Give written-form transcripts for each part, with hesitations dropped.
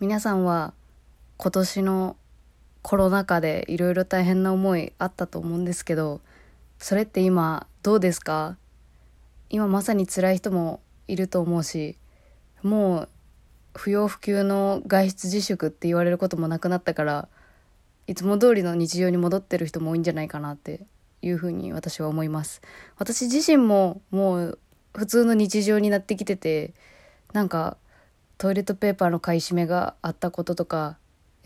皆さんは今年のコロナ禍でいろいろ大変な思いあったと思うんですけど、それって今どうですか？今まさに辛い人もいると思うし、もう不要不急の外出自粛って言われることもなくなったから、いつも通りの日常に戻ってる人も多いんじゃないかなっていうふうに私は思います。私自身ももう普通の日常になってきてて、なんかトイレットペーパーの買い占めがあったこととか、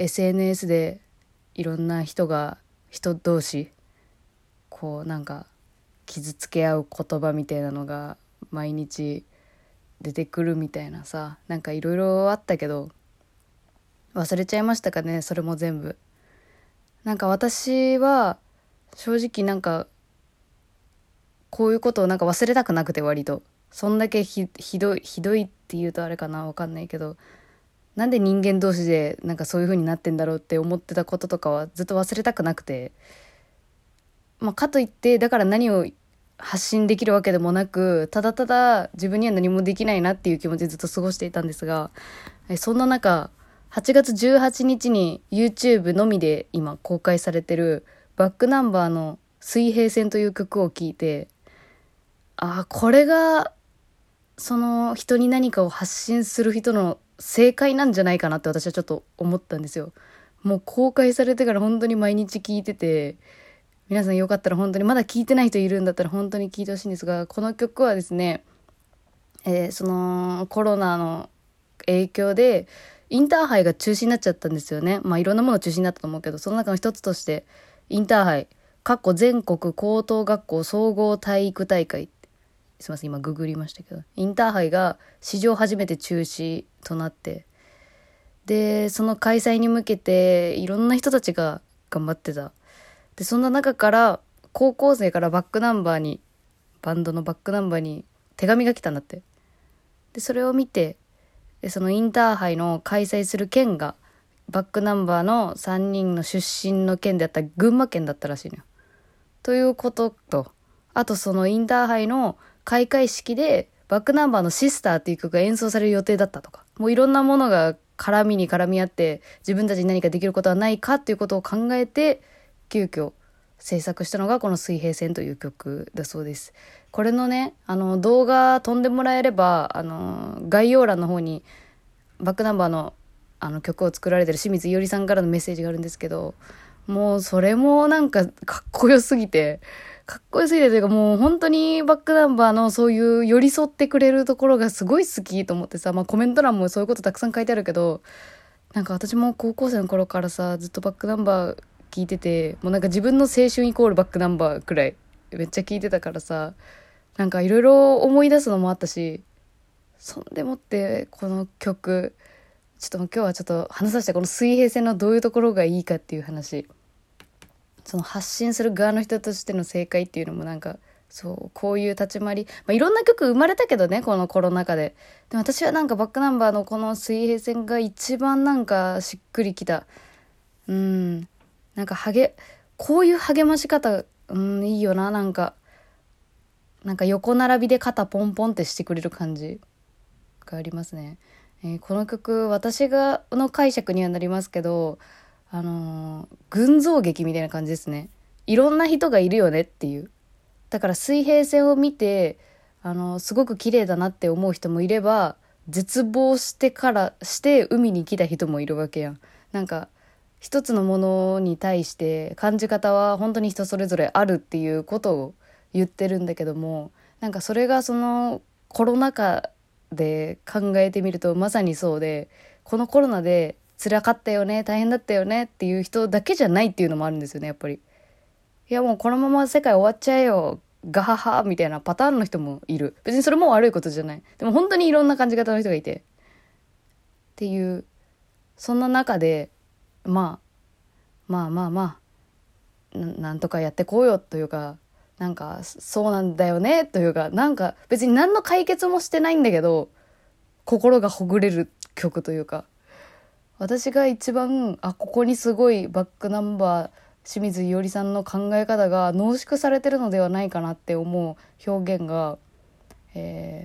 SNS でいろんな人同士こうなんか傷つけ合う言葉みたいなのが毎日出てくるみたいなさ、なんかいろいろあったけど忘れちゃいましたかね、それも全部。なんか私は正直なんかこういうことをなんか忘れたくなくて、割とそんだけひどいって言うとあれかな、わかんないけど、なんで人間同士でなんかそういう風になってんだろうって思ってたこととかはずっと忘れたくなくて、かといってだから何を発信できるわけでもなく、ただただ自分には何もできないなっていう気持ちでずっと過ごしていたんですが、そんな中8月18日に YouTube のみで今公開されてるバックナンバーの水平線という曲を聴いて、これがその人に何かを発信する人の正解なんじゃないかなって私はちょっと思ったんですよ。もう公開されてから本当に毎日聞いてて、皆さんよかったら本当にまだ聞いてない人いるんだったら本当に聞いてほしいんですが、この曲はですね、そのコロナの影響でインターハイが中止になっちゃったんですよね。いろんなもの中止になったと思うけど、その中の一つとしてインターハイ全国高等学校総合体育大会、すいません今ググりましたけど、インターハイが史上初めて中止となって、でその開催に向けていろんな人たちが頑張ってた。でそんな中から高校生からバンドのバックナンバーに手紙が来たんだって。でそれを見て、でそのインターハイの開催する県がバックナンバーの3人の出身の県であった群馬県だったらしいのよ。ということと、あとそのインターハイの開会式でバックナンバーのシスターっていう曲が演奏される予定だったとか、もういろんなものが絡み合って自分たちに何かできることはないかっていうことを考えて急遽制作したのがこの水平線という曲だそうです。これのね、動画飛んでもらえれば、概要欄の方にバックナンバーの曲を作られてる清水伊織さんからのメッセージがあるんですけど、もうそれもなんかかっこよすぎてというか、もう本当にバックナンバーのそういう寄り添ってくれるところがすごい好きと思ってさ、コメント欄もそういうことたくさん書いてあるけど、なんか私も高校生の頃からさずっとバックナンバー聞いてて、もうなんか自分の青春イコールバックナンバーくらいめっちゃ聞いてたからさ、なんかいろいろ思い出すのもあったし、そんでもってこの曲、ちょっともう今日はちょっと話させて、この水平線のどういうところがいいかっていう話、その発信する側の人としての正解っていうのもなんか、そうこういう立ち回り、いろんな曲生まれたけどね、このコロナ禍で。でも私はなんかバックナンバーのこの水平線が一番なんかしっくりきた。なんかこういう励まし方、いいよな。なんか横並びで肩ポンポンってしてくれる感じがありますね。この曲私の解釈にはなりますけど、群像劇みたいな感じですね。いろんな人がいるよねっていう。だから水平線を見てすごく綺麗だなって思う人もいれば、絶望して海に来た人もいるわけやん。なんか一つのものに対して感じ方は本当に人それぞれあるっていうことを言ってるんだけども、なんかそれがそのコロナ禍で考えてみるとまさにそうで、このコロナで辛かったよね、大変だったよねっていう人だけじゃないっていうのもあるんですよね、やっぱり。いやもうこのまま世界終わっちゃえよガハハみたいなパターンの人もいる。別にそれも悪いことじゃない。でも本当にいろんな感じ方の人がいてっていう、そんな中でまあまあまあまあなんとかやってこうよというか、なんかそうなんだよねというか、なんか別に何の解決もしてないんだけど心がほぐれる曲というか、私が一番ここにすごいバックナンバー清水伊織さんの考え方が濃縮されてるのではないかなって思う表現が、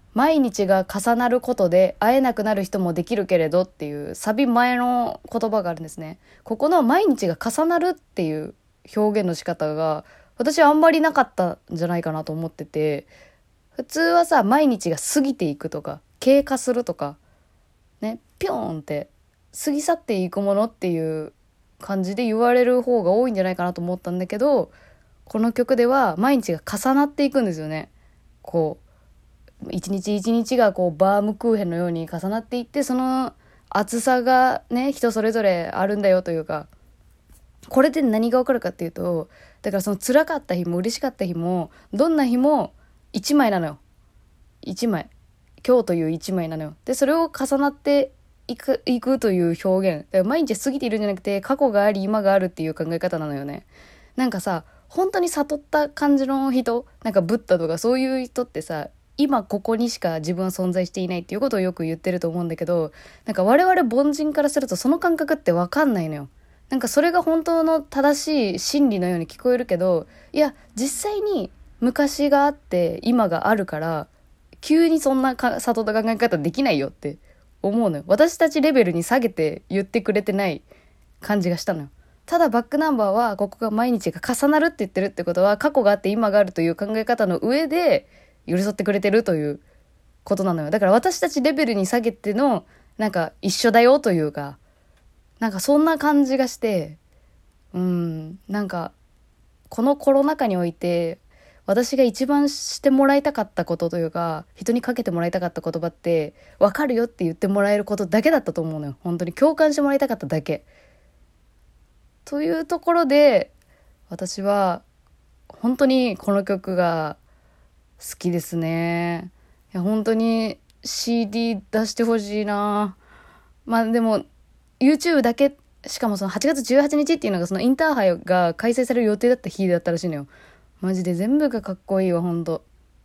毎日が重なることで会えなくなる人もできるけれどっていうサビ前の言葉があるんですね。ここの毎日が重なるっていう表現の仕方が私はあんまりなかったんじゃないかなと思ってて、普通はさ、毎日が過ぎていくとか経過するとかね、ピョーンって過ぎ去っていくものっていう感じで言われる方が多いんじゃないかなと思ったんだけど、この曲では毎日が重なっていくんですよね。こう一日一日がこうバームクーヘンのように重なっていって、その厚さがね人それぞれあるんだよというか、これで何が分かるかっていうと、だからその辛かった日も嬉しかった日もどんな日も一枚なのよ。一枚、今日という一枚なのよ。でそれを重なっていくという表現だから、毎日過ぎているんじゃなくて過去があり今があるっていう考え方なのよね。なんかさ、本当に悟った感じの人、なんかブッダとかそういう人ってさ、今ここにしか自分は存在していないっていうことをよく言ってると思うんだけど、なんか我々凡人からするとその感覚って分かんないのよ。なんかそれが本当の正しい真理のように聞こえるけど、いや実際に昔があって今があるから、急にそんな悟った考え方できないよって思うのよ。私たちレベルに下げて言ってくれてない感じがしたのよ。ただバックナンバーはここが毎日が重なるって言ってるってことは、過去があって今があるという考え方の上で寄り添ってくれてるということなのよ。だから私たちレベルに下げてのなんか一緒だよというか、なんかそんな感じがして、なんかこのコロナ禍において私が一番してもらいたかったことというか、人にかけてもらいたかった言葉って、分かるよって言ってもらえることだけだったと思うのよ。本当に共感してもらいたかっただけというところで、私は本当にこの曲が好きですね。いや本当に CD 出してほしいな。まあでも YouTube だけ、しかもその8月18日っていうのがそのインターハイが開催される予定だった日だったらしいのよ。マジで全部がかっこいいわ、ほんと。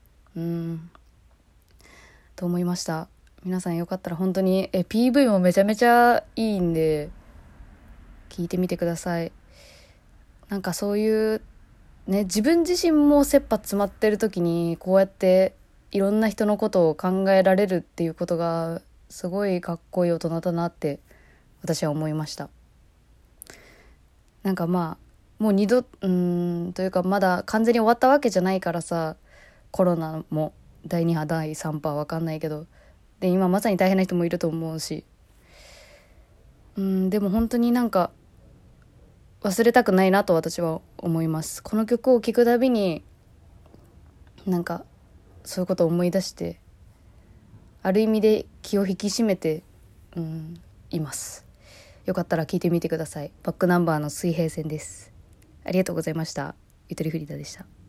と思いました。皆さんよかったら本当にPV もめちゃめちゃいいんで聞いてみてください。なんかそういうね、自分自身も切羽詰まってる時にこうやっていろんな人のことを考えられるっていうことがすごいかっこいい大人だなって私は思いました。なんかまあもう二度というかまだ完全に終わったわけじゃないからさ、コロナも第2波第3波わかんないけど、で今まさに大変な人もいると思うし、でも本当になんか忘れたくないなと私は思います。この曲を聴くたびになんかそういうことを思い出して、ある意味で気を引き締めています。よかったら聴いてみてください。バックナンバーの水平線です。ありがとうございました。ゆとりフリーダでした。